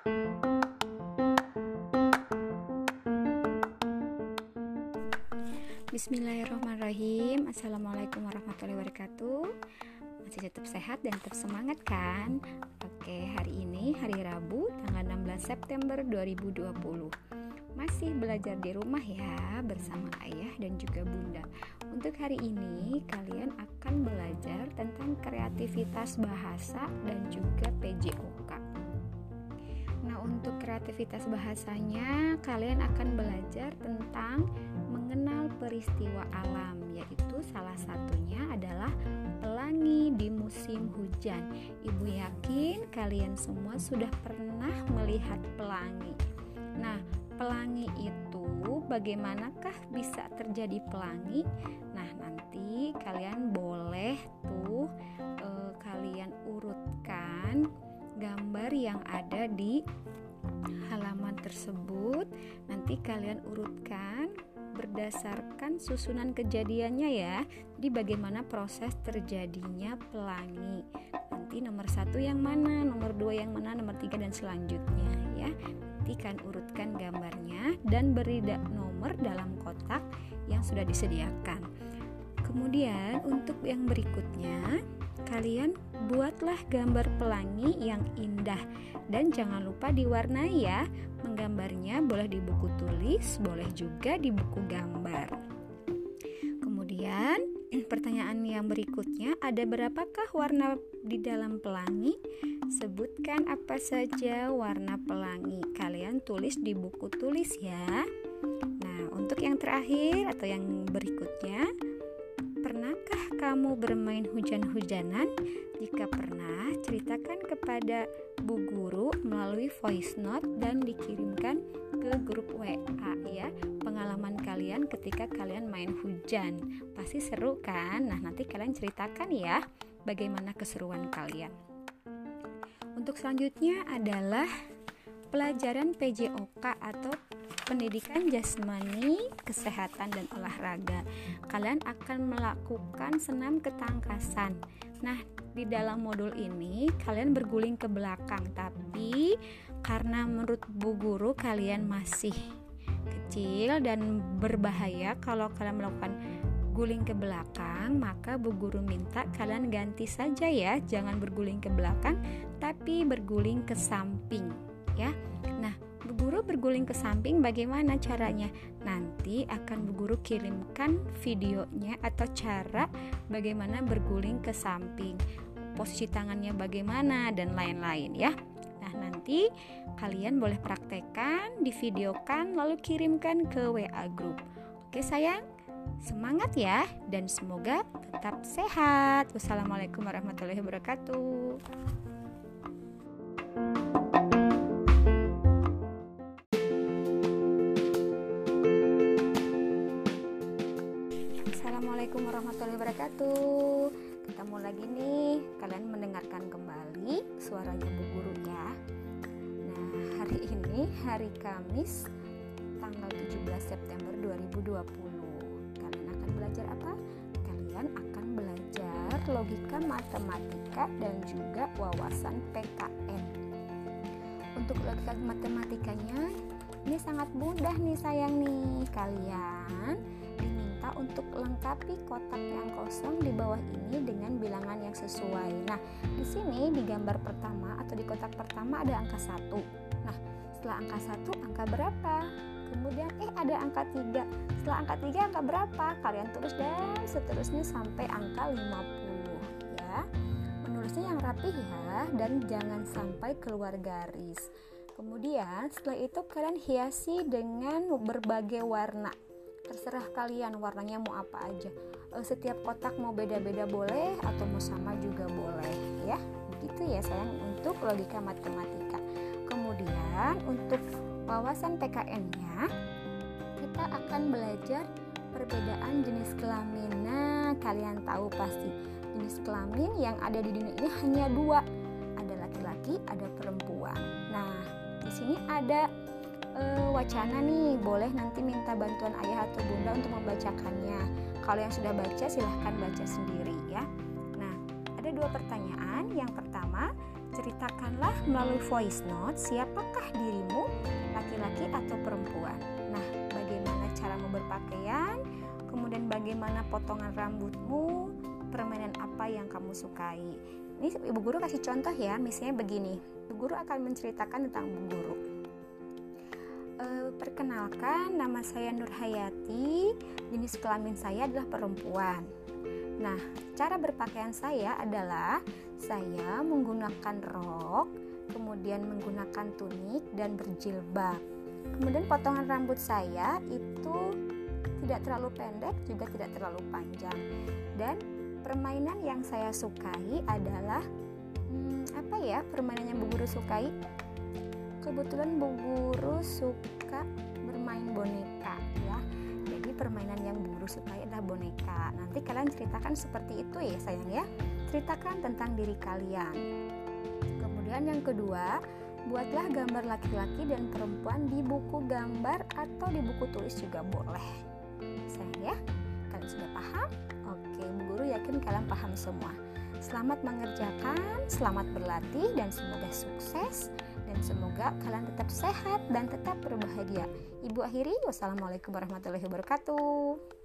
Bismillahirrahmanirrahim. Assalamualaikum warahmatullahi wabarakatuh. Masih tetap sehat dan tetap semangat kan? Oke, hari ini hari Rabu tanggal 16 September 2020. Masih belajar di rumah ya, bersama ayah dan juga bunda. Untuk hari ini kalian akan belajar tentang kreativitas bahasa dan juga PJOK. Nah, untuk kreativitas bahasanya kalian akan belajar tentang mengenal peristiwa alam, yaitu salah satunya adalah pelangi di musim hujan. Ibu yakin kalian semua sudah pernah melihat pelangi. Nah, pelangi itu bagaimanakah bisa terjadi pelangi? Nah, nanti kalian boleh tuh kalian urutkan gambar yang ada di halaman tersebut. Nanti kalian urutkan berdasarkan susunan kejadiannya ya. Jadi bagaimana proses terjadinya pelangi. Nanti nomor 1 yang mana, nomor 2 yang mana, nomor 3 dan selanjutnya ya. Nanti kalian urutkan gambarnya dan beri nomor dalam kotak yang sudah disediakan. Kemudian untuk yang berikutnya, kalian buatlah gambar pelangi yang indah dan jangan lupa diwarnai ya. Menggambarnya boleh di buku tulis, boleh juga di buku gambar. Kemudian pertanyaan yang berikutnya, ada berapakah warna di dalam pelangi? Sebutkan apa saja warna pelangi. Kalian tulis di buku tulis ya. Nah, untuk yang terakhir atau yang berikutnya, pernahkah kamu bermain hujan-hujanan? Jika pernah, ceritakan kepada Bu Guru melalui voice note dan dikirimkan ke grup WA ya. Pengalaman kalian ketika kalian main hujan. Pasti seru kan? Nah, nanti kalian ceritakan ya bagaimana keseruan kalian. Untuk selanjutnya adalah pelajaran PJOK atau pendidikan jasmani, kesehatan dan olahraga. Kalian akan melakukan senam ketangkasan. Nah, di dalam modul ini kalian berguling ke belakang, tapi karena menurut Bu Guru kalian masih kecil dan berbahaya kalau kalian melakukan guling ke belakang, maka Bu Guru minta kalian ganti saja ya, jangan berguling ke belakang tapi berguling ke samping ya. Nah, Bu Guru berguling ke samping bagaimana caranya? Nanti akan Bu Guru kirimkan videonya atau cara bagaimana berguling ke samping, posisi tangannya bagaimana dan lain-lain ya. Nah, nanti kalian boleh praktekkan, divideokan lalu kirimkan ke WA group. Oke sayang, semangat ya dan semoga tetap sehat. Wassalamualaikum warahmatullahi wabarakatuh. Assalamualaikum warahmatullahi wabarakatuh. Ketemu lagi nih, kalian mendengarkan kembali suaranya Bu Guru ya. Nah, hari ini hari Kamis tanggal 17 September 2020. Kalian akan belajar apa? Kalian akan belajar logika matematika dan juga wawasan PKN. Untuk logika matematikanya ini sangat mudah nih sayang nih. Kalian diminta untuk lengkapi kotak yang kosong di bawah ini dengan bilangan yang sesuai. Nah, di sini di gambar pertama atau di kotak pertama ada angka 1. Nah, setelah angka 1 angka berapa? Kemudian ada angka 3. Setelah angka 3 angka berapa? Kalian tulis dan seterusnya sampai angka 50 ya. Menulisnya yang rapi ya dan jangan sampai keluar garis. Kemudian setelah itu kalian hiasi dengan berbagai warna. Terserah kalian warnanya mau apa aja. Setiap kotak mau beda-beda boleh atau mau sama juga boleh ya. Begitu ya sayang untuk logika matematika. Kemudian untuk wawasan PKN-nya kita akan belajar perbedaan jenis kelamin. Nah, kalian tahu pasti jenis kelamin yang ada di dunia ini hanya 2. Ada laki-laki, ada perempuan. Nah, di sini ada wacana nih, boleh nanti minta bantuan ayah atau bunda untuk membacakannya. Kalau yang sudah baca silahkan baca sendiri ya. Nah, ada 2 pertanyaan. Yang pertama, Ceritakanlah melalui voice note siapakah dirimu, laki-laki atau perempuan. Nah, bagaimana caramu berpakaian, kemudian bagaimana potongan rambutmu, permainan apa yang kamu sukai. Ini Ibu Guru kasih contoh ya, misalnya begini. Ibu Guru akan menceritakan tentang Bu Guru. Perkenalkan, nama saya Nur Hayati, jenis kelamin saya adalah perempuan. Nah, cara berpakaian saya adalah saya menggunakan rok, kemudian menggunakan tunik dan berjilbab. Kemudian potongan rambut saya itu tidak terlalu pendek, juga tidak terlalu panjang. Dan permainan yang saya sukai adalah permainan yang Bu Guru sukai? Kebetulan Bu Guru suka bermain boneka ya. Jadi permainan yang Bu Guru sukai adalah boneka. Nanti kalian ceritakan seperti itu ya sayang ya. Ceritakan tentang diri kalian. Kemudian yang kedua, buatlah gambar laki-laki dan perempuan di buku gambar atau di buku tulis juga boleh. Sayang ya. Kalian sudah paham? Oke, Bu Guru yakin kalian paham semua. Selamat mengerjakan, selamat berlatih dan semoga sukses. Dan semoga kalian tetap sehat dan tetap berbahagia. Ibu akhiri, wassalamualaikum warahmatullahi wabarakatuh.